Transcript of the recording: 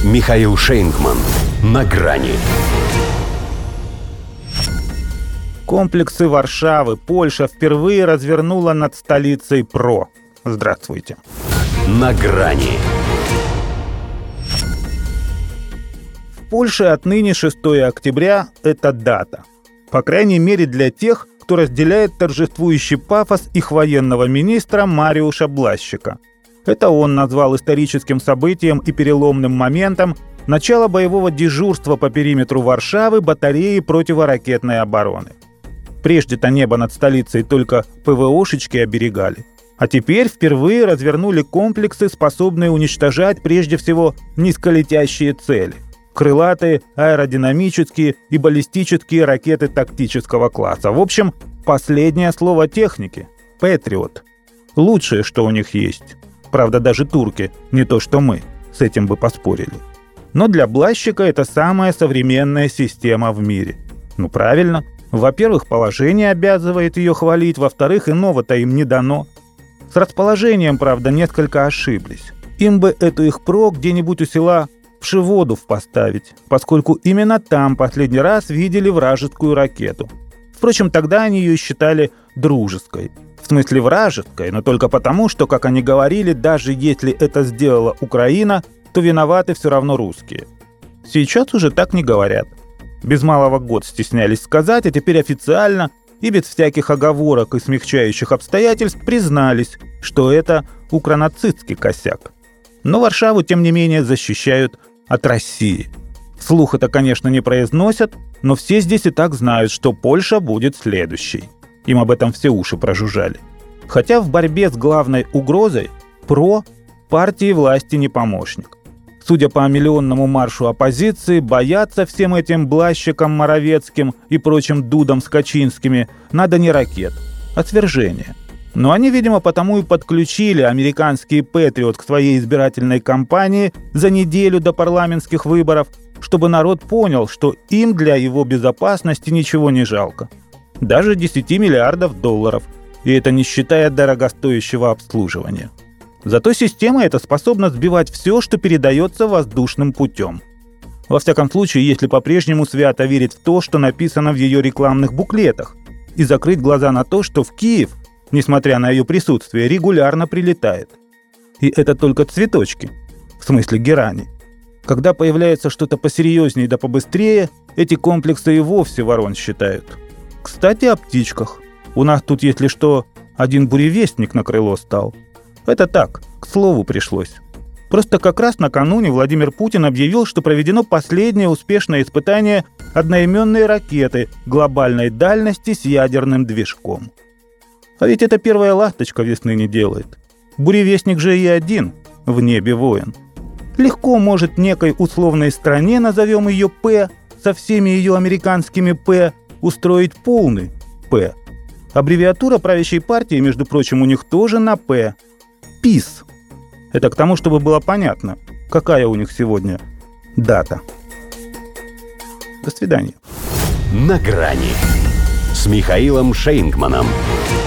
Михаил Шейнгман. На грани. Комплексы Варшавы Польша впервые развернула над столицей ПРО. Здравствуйте. На грани. В Польше отныне 6 октября – это дата. По крайней мере для тех, кто разделяет торжествующий пафос их военного министра Мариусza Błaszczyka. Это он назвал историческим событием и переломным моментом начала боевого дежурства по периметру Варшавы батареи противоракетной обороны. Прежде-то небо над столицей только ПВОшечки оберегали. А теперь впервые развернули комплексы, способные уничтожать прежде всего низколетящие цели. Крылатые, аэродинамические и баллистические ракеты тактического класса. В общем, последнее слово техники – Патриот. Лучшее, что у них есть. Правда, даже турки, не то что мы, с этим бы поспорили. Но для Блащика это самая современная система в мире. Ну правильно. Во-первых, положение обязывает ее хвалить, во-вторых, иного-то им не дано. С расположением, правда, несколько ошиблись. Им бы эту их ПРО где-нибудь у села Пшеводов поставить, поскольку именно там последний раз видели вражескую ракету. Впрочем, тогда они ее считали дружеской. В смысле вражеской, но только потому, что, как они говорили, даже если это сделала Украина, то виноваты все равно русские. Сейчас уже так не говорят. Без малого год стеснялись сказать, а теперь официально и без всяких оговорок и смягчающих обстоятельств признались, что это укронацистский косяк. Но Варшаву, тем не менее, защищают от России. Вслух это, конечно, не произносят, но все здесь и так знают, что Польша будет следующей. Им об этом все уши прожужжали. Хотя в борьбе с главной угрозой ПРО партии власти не помощник. Судя по миллионному маршу оппозиции, бояться всем этим Блащикам, Моровецким и прочим Дудам с Качинскими надо не ракет, а свержения. Но они, видимо, потому и подключили американский Патриот к своей избирательной кампании за неделю до парламентских выборов, чтобы народ понял, что им для его безопасности ничего не жалко. Даже 10 миллиардов долларов, и это не считая дорогостоящего обслуживания. Зато система эта способна сбивать все, что передается воздушным путем. Во всяком случае, если по-прежнему свято верить в то, что написано в ее рекламных буклетах, и закрыть глаза на то, что в Киев, несмотря на ее присутствие, регулярно прилетает. И это только цветочки, в смысле герани. Когда появляется что-то посерьезнее да побыстрее, эти комплексы и вовсе ворон считают. Кстати, о птичках. У нас тут, если что, один буревестник на крыло стал. Это так, к слову пришлось. Просто как раз накануне Владимир Путин объявил, что проведено последнее успешное испытание одноименной ракеты глобальной дальности с ядерным движком. А ведь это первая ласточка весны не делает. Буревестник же и один в небе воин. Легко может некой условной стране, назовем ее П, со всеми ее американскими П, устроить полный П. Аббревиатура правящей партии, между прочим, у них тоже на П. ПИС. Это к тому, чтобы было понятно, какая у них сегодня дата. До свидания. На грани с Михаилом Шейнгманом.